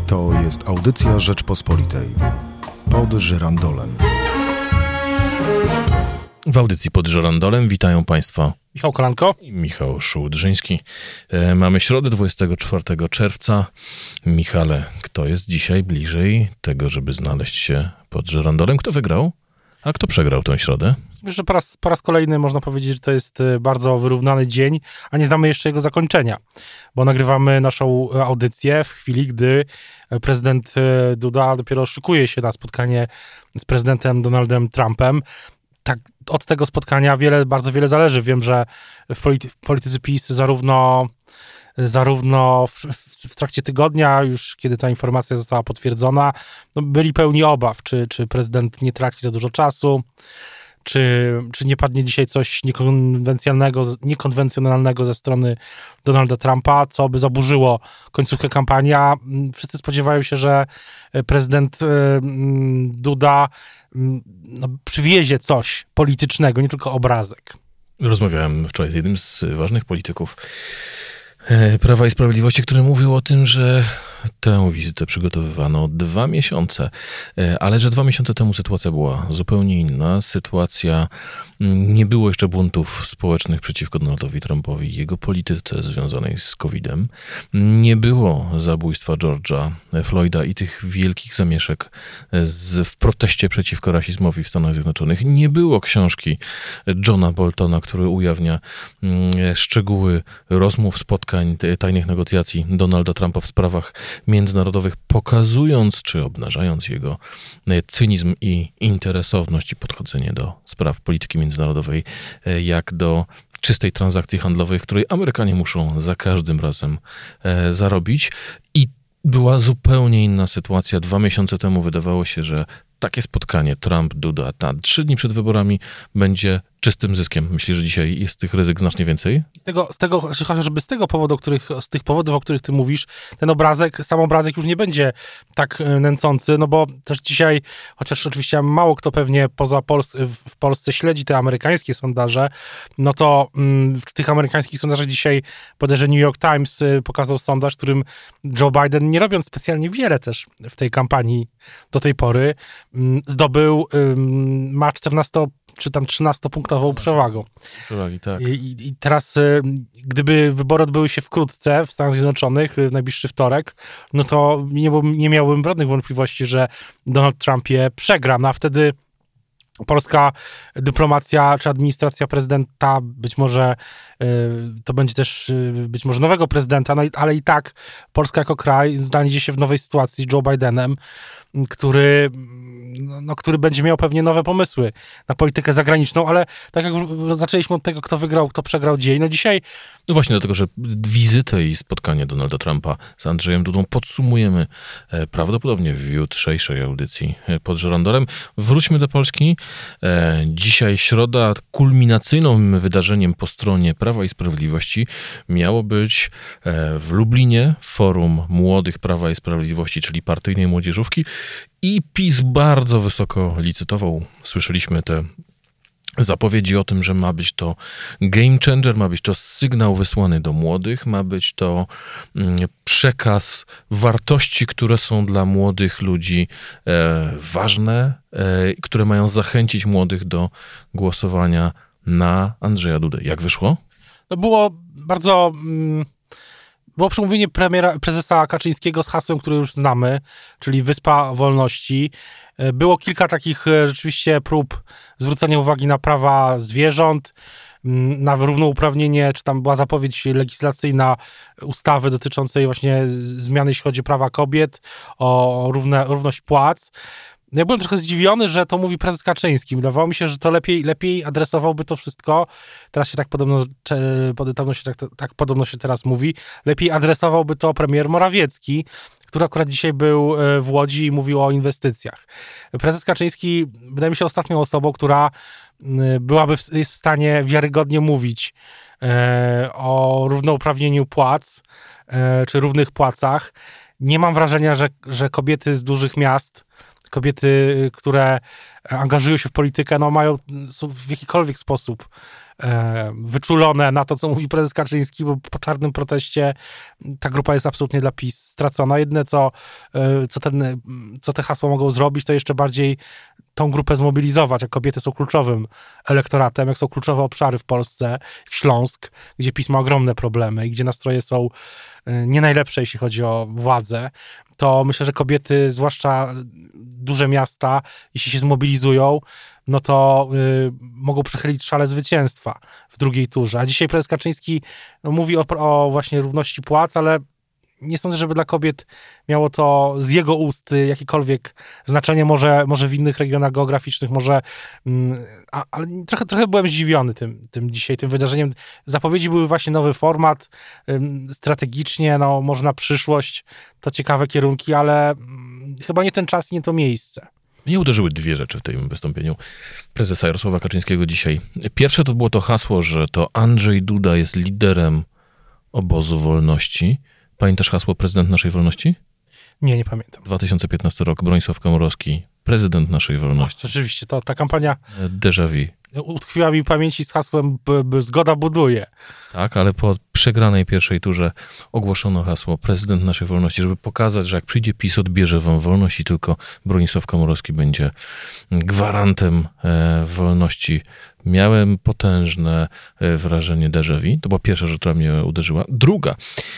To jest audycja Rzeczpospolitej. Pod żyrandolem. W audycji pod żyrandolem witają Państwa Michał Kolanko i Michał Szułdrzyński. Mamy środę 24 czerwca. Michale, kto jest dzisiaj bliżej tego, żeby znaleźć się pod żyrandolem? Kto wygrał, a kto przegrał tę środę? Myślę, że po raz kolejny można powiedzieć, że to jest bardzo wyrównany dzień, a nie znamy jeszcze jego zakończenia, bo nagrywamy naszą audycję w chwili, gdy prezydent Duda dopiero szykuje się na spotkanie z prezydentem Donaldem Trumpem. Tak, od tego spotkania bardzo wiele zależy. Wiem, że w polityce PiS zarówno w trakcie tygodnia, już kiedy ta informacja została potwierdzona, byli pełni obaw, czy prezydent nie traci za dużo czasu, czy nie padnie dzisiaj coś niekonwencjonalnego ze strony Donalda Trumpa, co by zaburzyło końcówkę kampanii. Wszyscy spodziewają się, że prezydent Duda przywiezie coś politycznego, nie tylko obrazek. Rozmawiałem wczoraj z jednym z ważnych polityków Prawa i Sprawiedliwości, który mówił o tym, że tę wizytę przygotowywano 2 miesiące, ale że 2 miesiące temu sytuacja była zupełnie inna. Sytuacja, nie było jeszcze buntów społecznych przeciwko Donaldowi Trumpowi i jego polityce związanej z COVID-em. Nie było zabójstwa George'a Floyda i tych wielkich zamieszek w proteście przeciwko rasizmowi w Stanach Zjednoczonych. Nie było książki Johna Boltona, który ujawnia szczegóły rozmów, spotkań, tajnych negocjacji Donalda Trumpa w sprawach międzynarodowych, pokazując czy obnażając jego cynizm i interesowność i podchodzenie do spraw polityki międzynarodowej jak do czystej transakcji handlowej, w której Amerykanie muszą za każdym razem zarobić. I była zupełnie inna sytuacja. 2 miesiące temu wydawało się, że takie spotkanie Trump-Duda na 3 dni przed wyborami będzie czystym zyskiem. Myślisz, że dzisiaj jest tych ryzyk znacznie więcej? Chociażby z tych powodów, o których ty mówisz, sam obrazek już nie będzie tak nęcący, no bo też dzisiaj, chociaż oczywiście mało kto pewnie w Polsce śledzi te amerykańskie sondaże, no to w tych amerykańskich sondażach dzisiaj bodajże New York Times pokazał sondaż, w którym Joe Biden, nie robiąc specjalnie wiele też w tej kampanii do tej pory, ma 14 czy tam 13-punktową przewagą. Przewagi, tak. I teraz, gdyby wybory odbyły się wkrótce w Stanach Zjednoczonych, w najbliższy wtorek, no to nie miałbym żadnych wątpliwości, że Donald Trump je przegra. No a wtedy polska dyplomacja czy administracja prezydenta, być może to będzie też być może nowego prezydenta, no ale i tak Polska jako kraj znajdzie się w nowej sytuacji z Joe Bidenem, który będzie miał pewnie nowe pomysły na politykę zagraniczną, ale tak jak zaczęliśmy od tego, kto wygrał, kto przegrał dzień, no dzisiaj... No właśnie dlatego, że wizytę i spotkanie Donalda Trumpa z Andrzejem Dudą podsumujemy prawdopodobnie w jutrzejszej audycji pod żyrandolem. Wróćmy do Polski. Dzisiaj środa, kulminacyjnym wydarzeniem po stronie Prawa i Sprawiedliwości miało być w Lublinie Forum Młodych Prawa i Sprawiedliwości, czyli partyjnej młodzieżówki, i PiS bardzo wysoko licytował. Słyszeliśmy te zapowiedzi o tym, że ma być to game changer, ma być to sygnał wysłany do młodych, ma być to przekaz wartości, które są dla młodych ludzi ważne, które mają zachęcić młodych do głosowania na Andrzeja Dudę. Jak wyszło? To było przemówienie prezesa Kaczyńskiego z hasłem, które już znamy, czyli Wyspa Wolności. Było kilka takich rzeczywiście prób zwrócenia uwagi na prawa zwierząt, na równouprawnienie, czy tam była zapowiedź legislacyjna ustawy dotyczącej właśnie zmiany, jeśli chodzi o prawa kobiet, o równość płac. Ja byłem trochę zdziwiony, że to mówi prezes Kaczyński. Wydawało mi się, że to lepiej adresowałby to wszystko. Teraz się tak podobno się teraz mówi. Lepiej adresowałby to premier Morawiecki, który akurat dzisiaj był w Łodzi i mówił o inwestycjach. Prezes Kaczyński wydaje mi się ostatnią osobą, która jest w stanie wiarygodnie mówić o równouprawnieniu płac, czy równych płacach. Nie mam wrażenia, że kobiety z dużych miast, kobiety, które angażują się w politykę, są w jakikolwiek sposób wyczulone na to, co mówi prezes Kaczyński, bo po czarnym proteście ta grupa jest absolutnie dla PiS stracona. Jedyne, co te hasła mogą zrobić, to jeszcze bardziej tą grupę zmobilizować, jak kobiety są kluczowym elektoratem, jak są kluczowe obszary w Polsce, Śląsk, gdzie PiS ma ogromne problemy i gdzie nastroje są nie najlepsze, jeśli chodzi o władzę, to myślę, że kobiety, zwłaszcza duże miasta, jeśli się zmobilizują, no to mogą przechylić szale zwycięstwa w drugiej turze. A dzisiaj prezes Kaczyński mówi o właśnie równości płac, ale nie sądzę, żeby dla kobiet miało to z jego ust jakiekolwiek znaczenie, może w innych regionach geograficznych, ale trochę byłem zdziwiony tym dzisiaj, tym wydarzeniem. Zapowiedzi były właśnie nowy format, strategicznie, może na przyszłość to ciekawe kierunki, ale chyba nie ten czas i nie to miejsce. Mnie uderzyły dwie rzeczy w tym wystąpieniu prezesa Jarosława Kaczyńskiego dzisiaj. Pierwsze to było to hasło, że to Andrzej Duda jest liderem obozu wolności. Pamiętasz hasło prezydent naszej wolności? Nie pamiętam. 2015 rok, Bronisław Komorowski, prezydent naszej wolności. Rzeczywiście, to ta kampania déjà vu. Utkwiła mi w pamięci z hasłem zgoda buduje. Tak, ale po przegranej pierwszej turze ogłoszono hasło prezydent naszej wolności, żeby pokazać, że jak przyjdzie PiS, odbierze wam wolność i tylko Bronisław Komorowski będzie gwarantem wolności. Miałem potężne wrażenie déjà vu. To była pierwsza rzecz, która mnie uderzyła. Druga,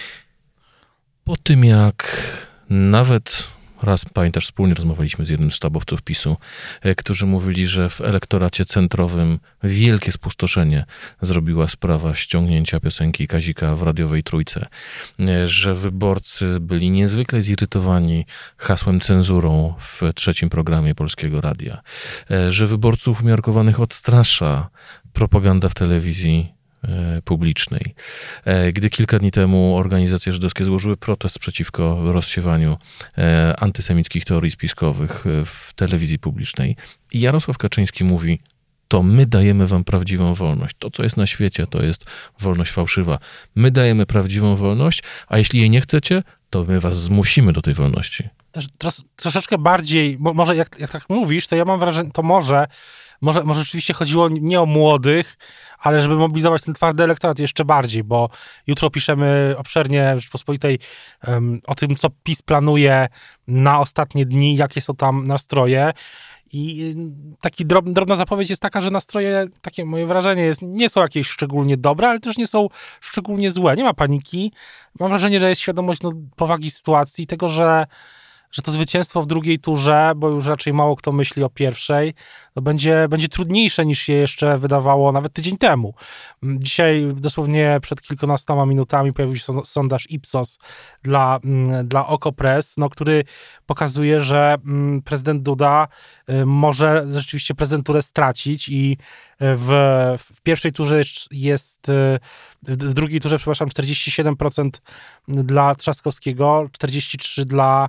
po tym jak nawet raz, pamiętasz, wspólnie rozmawialiśmy z jednym z sztabowców PiS-u, którzy mówili, że w elektoracie centrowym wielkie spustoszenie zrobiła sprawa ściągnięcia piosenki Kazika w radiowej Trójce, że wyborcy byli niezwykle zirytowani hasłem cenzurą w trzecim programie Polskiego Radia, że wyborców umiarkowanych odstrasza propaganda w telewizji publicznej. Gdy kilka dni temu organizacje żydowskie złożyły protest przeciwko rozsiewaniu antysemickich teorii spiskowych w telewizji publicznej, Jarosław Kaczyński mówi: to my dajemy wam prawdziwą wolność. To, co jest na świecie, to jest wolność fałszywa. My dajemy prawdziwą wolność, a jeśli jej nie chcecie, to my was zmusimy do tej wolności. Troszeczkę bardziej, bo może jak tak mówisz, to ja mam wrażenie, to może rzeczywiście chodziło nie o młodych, ale żeby mobilizować ten twardy elektorat jeszcze bardziej, bo jutro piszemy obszernie w Rzeczpospolitej o tym, co PiS planuje na ostatnie dni, jakie są tam nastroje. I taki drobna zapowiedź jest taka, że nastroje, takie moje wrażenie nie są jakieś szczególnie dobre, ale też nie są szczególnie złe. Nie ma paniki. Mam wrażenie, że jest świadomość powagi sytuacji i tego, że to zwycięstwo w drugiej turze, bo już raczej mało kto myśli o pierwszej, to będzie trudniejsze niż się jeszcze wydawało nawet tydzień temu. Dzisiaj dosłownie przed kilkunastoma minutami pojawił się sondaż Ipsos dla Okopres, który pokazuje, że prezydent Duda może rzeczywiście prezydenturę stracić i w pierwszej turze jest, w drugiej turze, 47% dla Trzaskowskiego, 43%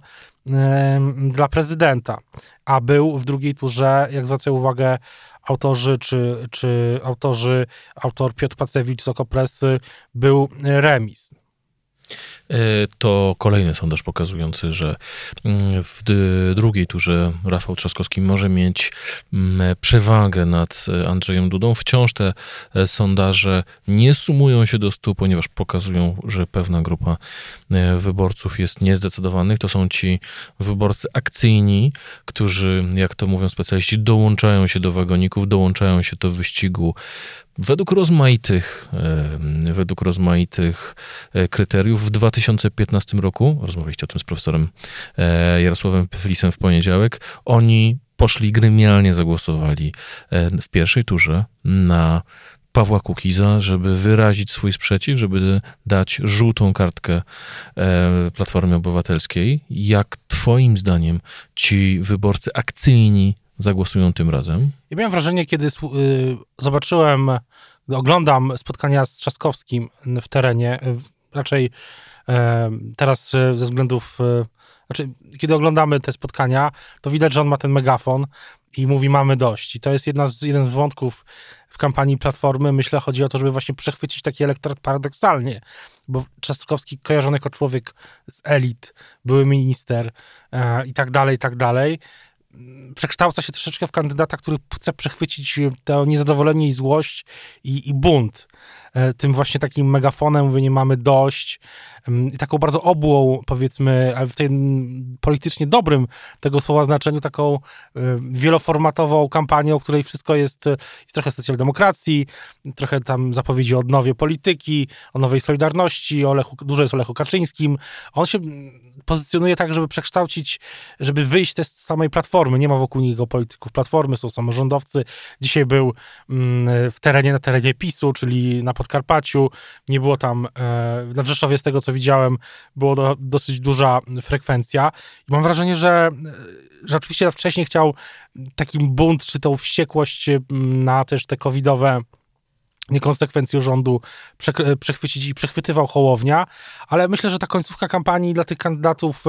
dla prezydenta, a był w drugiej turze, jak zwracają uwagę autorzy, autor Piotr Pacewicz z Okopresy, był remis. To kolejny sondaż pokazujący, że w drugiej turze Rafał Trzaskowski może mieć przewagę nad Andrzejem Dudą. Wciąż te sondaże nie sumują się do 100, ponieważ pokazują, że pewna grupa wyborców jest niezdecydowanych. To są ci wyborcy akcyjni, którzy, jak to mówią specjaliści, dołączają się do wagoników, dołączają się do wyścigu według rozmaitych kryteriów. W 2015 roku, rozmawialiście o tym z profesorem Jarosławem Flisem w poniedziałek, oni poszli gremialnie, zagłosowali w pierwszej turze na Pawła Kukiza, żeby wyrazić swój sprzeciw, żeby dać żółtą kartkę Platformie Obywatelskiej. Jak twoim zdaniem ci wyborcy akcyjni zagłosują tym razem? Ja miałem wrażenie, kiedy oglądam spotkania z Trzaskowskim w terenie, raczej teraz ze względów, kiedy oglądamy te spotkania, to widać, że on ma ten megafon i mówi: mamy dość. I to jest jeden z wątków w kampanii Platformy. Myślę, chodzi o to, żeby właśnie przechwycić taki elektorat paradoksalnie, bo Trzaskowski kojarzony jako człowiek z elit, były minister i tak dalej, przekształca się troszeczkę w kandydata, który chce przechwycić to niezadowolenie i złość i bunt. Tym właśnie takim megafonem, mówię, nie mamy dość. I taką bardzo obłą, powiedzmy, ale w tym politycznie dobrym tego słowa znaczeniu, taką wieloformatową kampanią, w której wszystko jest trochę socjaldemokracji, trochę tam zapowiedzi o odnowie polityki, o nowej Solidarności, dużo jest o Lechu Kaczyńskim. On się pozycjonuje tak, żeby przekształcić, żeby wyjść z samej Platformy. Nie ma wokół niego polityków Platformy, są samorządowcy. Dzisiaj był na terenie PiS-u, czyli na Podkarpaciu. Nie było tam, na Rzeszowie z tego, co widziałem, było dosyć duża frekwencja. I mam wrażenie, że oczywiście wcześniej chciał taki bunt, czy tą wściekłość na też te covidowe niekonsekwencje rządu przechwycić i przechwytywał Hołownia, ale myślę, że ta końcówka kampanii dla tych kandydatów,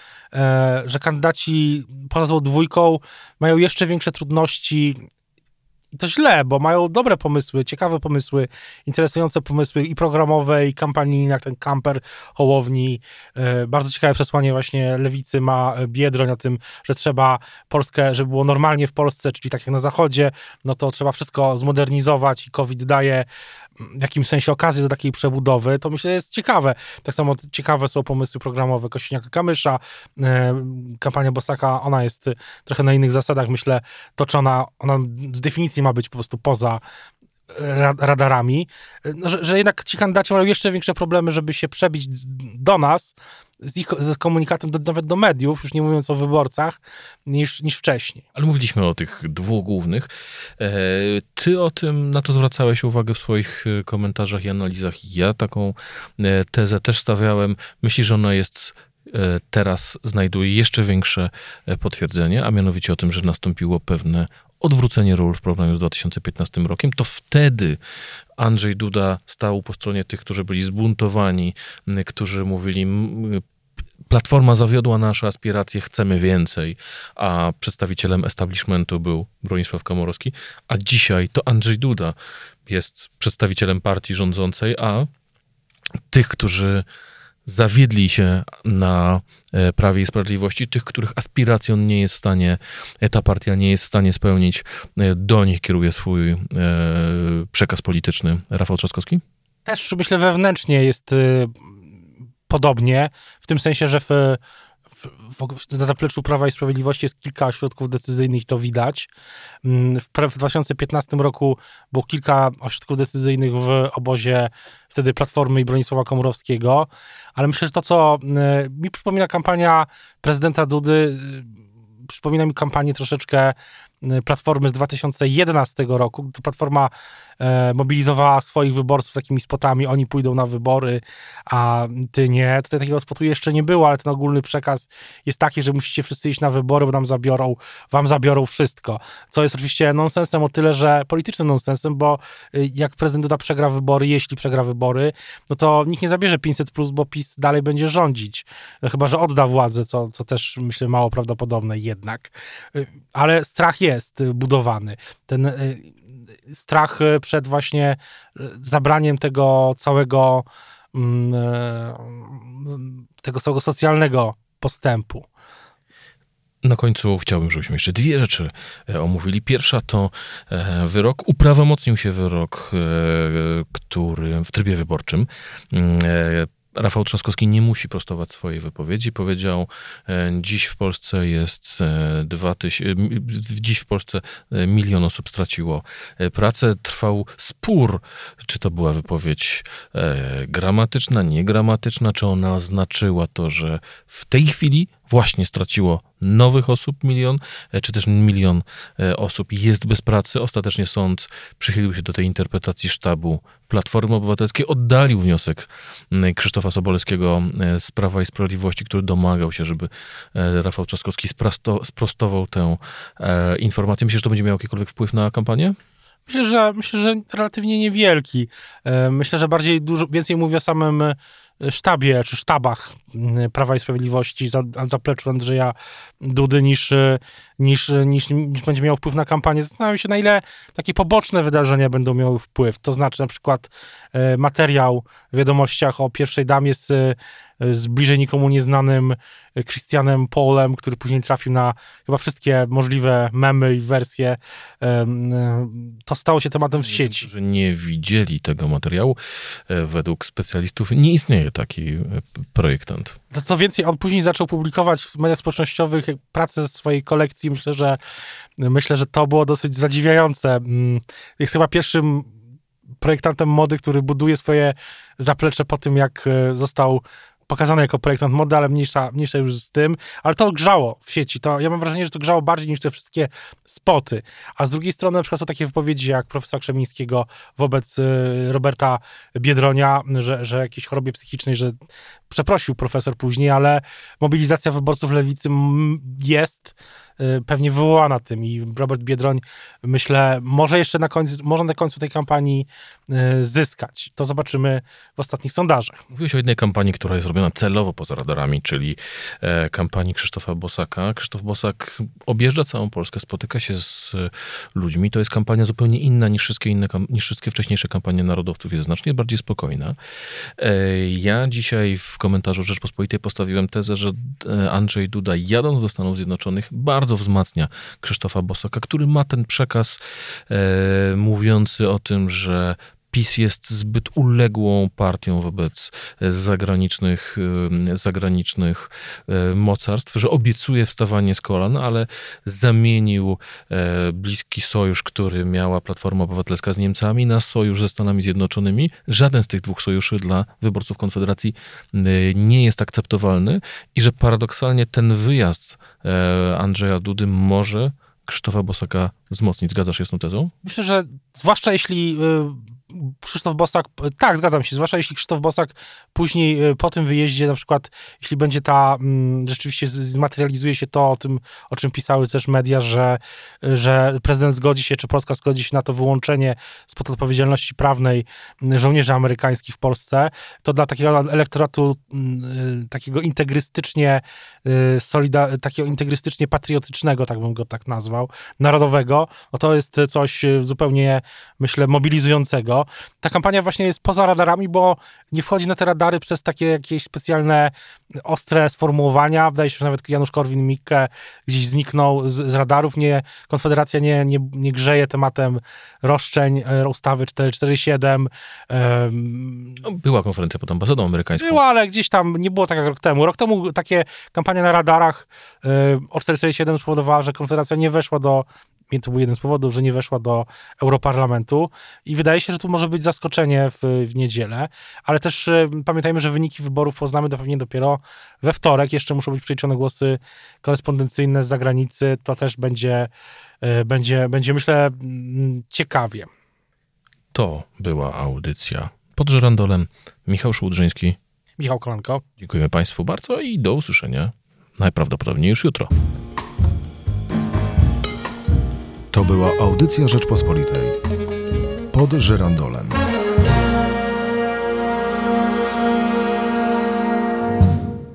że kandydaci poza dwójką mają jeszcze większe trudności. I to źle, bo mają dobre pomysły, ciekawe pomysły, interesujące pomysły i programowe, i kampanijne, jak ten kamper Hołowni. Bardzo ciekawe przesłanie właśnie Lewicy ma Biedroń o tym, że trzeba Polskę, żeby było normalnie w Polsce, czyli tak jak na Zachodzie, no to trzeba wszystko zmodernizować i COVID daje w jakimś sensie okazję do takiej przebudowy. To myślę jest ciekawe. Tak samo ciekawe są pomysły programowe Kosiniaka-Kamysza. Kampania Bosaka, ona jest trochę na innych zasadach, myślę, toczona. Ona z definicji ma być po prostu poza radarami. No, że jednak ci kandydaci mają jeszcze większe problemy, żeby się przebić do nas ze komunikatem nawet do mediów, już nie mówiąc o wyborcach, niż wcześniej. Ale mówiliśmy o tych dwóch głównych. Ty na to zwracałeś uwagę w swoich komentarzach i analizach. Ja taką tezę też stawiałem. Myślisz, że ona teraz znajduje jeszcze większe potwierdzenie, a mianowicie o tym, że nastąpiło pewne odwrócenie ról w porównaniu z 2015 rokiem, to wtedy Andrzej Duda stał po stronie tych, którzy byli zbuntowani, którzy mówili, Platforma zawiodła nasze aspiracje, chcemy więcej, a przedstawicielem establishmentu był Bronisław Komorowski, a dzisiaj to Andrzej Duda jest przedstawicielem partii rządzącej, a tych, którzy zawiedli się na Prawie i Sprawiedliwości, tych, których aspiracji on nie jest w stanie, ta partia nie jest w stanie spełnić, do nich kieruje swój przekaz polityczny Rafał Trzaskowski? Też myślę wewnętrznie jest podobnie, w tym sensie, że na zapleczu Prawa i Sprawiedliwości jest kilka ośrodków decyzyjnych, to widać. W 2015 roku było kilka ośrodków decyzyjnych w obozie wtedy Platformy i Bronisława Komorowskiego, ale myślę, że to, co mi przypomina kampania prezydenta Dudy, przypomina mi kampanię troszeczkę Platformy z 2011 roku. To Platforma mobilizowała swoich wyborców takimi spotami, oni pójdą na wybory, a ty nie. Tutaj takiego spotu jeszcze nie było, ale ten ogólny przekaz jest taki, że musicie wszyscy iść na wybory, bo wam zabiorą wszystko. Co jest oczywiście nonsensem o tyle, że politycznym nonsensem, bo jak prezydent Duda przegra wybory, jeśli przegra wybory, no to nikt nie zabierze 500+, bo PiS dalej będzie rządzić. No, chyba że odda władzę, co też myślę mało prawdopodobne jednak. Ale strach jest budowany. Ten strach przed właśnie zabraniem tego całego socjalnego postępu. Na końcu chciałbym, żebyśmy jeszcze dwie rzeczy omówili. Pierwsza to wyrok. Uprawomocnił się wyrok, który w trybie wyborczym Rafał Trzaskowski nie musi prostować swojej wypowiedzi. Powiedział, dziś w Polsce dziś w Polsce 1 milion osób straciło pracę. Trwał spór, czy to była wypowiedź gramatyczna, niegramatyczna, czy ona oznaczyła to, że w tej chwili właśnie straciło nowych osób 1 milion, czy też 1 milion osób jest bez pracy. Ostatecznie sąd przychylił się do tej interpretacji sztabu Platformy Obywatelskiej, oddalił wniosek Krzysztofa Sobolewskiego z Prawa i Sprawiedliwości, który domagał się, żeby Rafał Trzaskowski sprostował tę informację. Myślisz, że to będzie miało jakikolwiek wpływ na kampanię? Myślę, że relatywnie niewielki. Myślę, że więcej mówi o samym sztabie, czy sztabach Prawa i Sprawiedliwości zapleczu Andrzeja Dudy niż będzie miał wpływ na kampanię. Zastanawiam się, na ile takie poboczne wydarzenia będą miały wpływ. To znaczy na przykład materiał w Wiadomościach o pierwszej damie z z bliżej nikomu nieznanym Christianem Paulem, który później trafił na chyba wszystkie możliwe memy i wersje. To stało się tematem w sieci. Którzy nie widzieli tego materiału, według specjalistów nie istnieje taki projektant. Co więcej, on później zaczął publikować w mediach społecznościowych pracę ze swojej kolekcji. Myślę, że to było dosyć zadziwiające. Jest chyba pierwszym projektantem mody, który buduje swoje zaplecze po tym, jak został pokazany jako projektant mody, ale mniejsza już z tym. Ale to grzało w sieci. Ja mam wrażenie, że to grzało bardziej niż te wszystkie spoty. A z drugiej strony na przykład są takie wypowiedzi jak profesora Krzemińskiego wobec Roberta Biedronia, że jakiejś chorobie psychicznej, że przeprosił profesor później, ale mobilizacja wyborców lewicy jest pewnie wywołana tym i Robert Biedroń, myślę, może na końcu tej kampanii zyskać. To zobaczymy w ostatnich sondażach. Mówiłeś o jednej kampanii, która jest robiona celowo poza radarami, czyli kampanii Krzysztofa Bosaka. Krzysztof Bosak objeżdża całą Polskę, spotyka się z ludźmi. To jest kampania zupełnie inna niż wszystkie wcześniejsze kampanie narodowców. Jest znacznie bardziej spokojna. Ja dzisiaj w komentarzu Rzeczpospolitej postawiłem tezę, że Andrzej Duda, jadąc do Stanów Zjednoczonych, bardzo wzmacnia Krzysztofa Bosaka, który ma ten przekaz mówiący o tym, że PiS jest zbyt uległą partią wobec zagranicznych mocarstw, że obiecuje wstawanie z kolan, ale zamienił bliski sojusz, który miała Platforma Obywatelska z Niemcami, na sojusz ze Stanami Zjednoczonymi. Żaden z tych dwóch sojuszy dla wyborców Konfederacji nie jest akceptowalny i że paradoksalnie ten wyjazd Andrzeja Dudy może Krzysztofa Bosaka wzmocnić. Zgadzasz się z tą tezą? Myślę, że zwłaszcza jeśli Krzysztof Bosak, tak, zgadzam się, zwłaszcza jeśli Krzysztof Bosak później po tym wyjeździe, na przykład jeśli będzie rzeczywiście zmaterializuje się to, o czym pisały też media, że prezydent zgodzi się, czy Polska zgodzi się na to wyłączenie spod odpowiedzialności prawnej żołnierzy amerykańskich w Polsce, to dla takiego elektoratu takiego integrystycznie patriotycznego, tak bym go tak nazwał, narodowego, no to jest coś zupełnie, myślę, mobilizującego. Ta kampania właśnie jest poza radarami, bo nie wchodzi na te radary przez takie jakieś specjalne, ostre sformułowania. Wydaje się, że nawet Janusz Korwin-Mikke gdzieś zniknął z radarów. Konfederacja nie grzeje tematem roszczeń ustawy 447. Była konferencja pod ambasadą amerykańską. Była, ale gdzieś tam nie było tak jak rok temu. Rok temu takie kampania na radarach o 447 spowodowała, że Konfederacja nie weszła to był jeden z powodów, że nie weszła do Europarlamentu i wydaje się, że tu może być zaskoczenie w niedzielę, ale też pamiętajmy, że wyniki wyborów poznamy pewnie dopiero we wtorek. Jeszcze muszą być przeliczone głosy korespondencyjne z zagranicy. To też będzie myślę, ciekawie. To była audycja pod żyrandolem. Michał Szułdrzyński. Michał Kolanko. Dziękujemy Państwu bardzo i do usłyszenia najprawdopodobniej już jutro. To była audycja Rzeczpospolitej pod żyrandolem.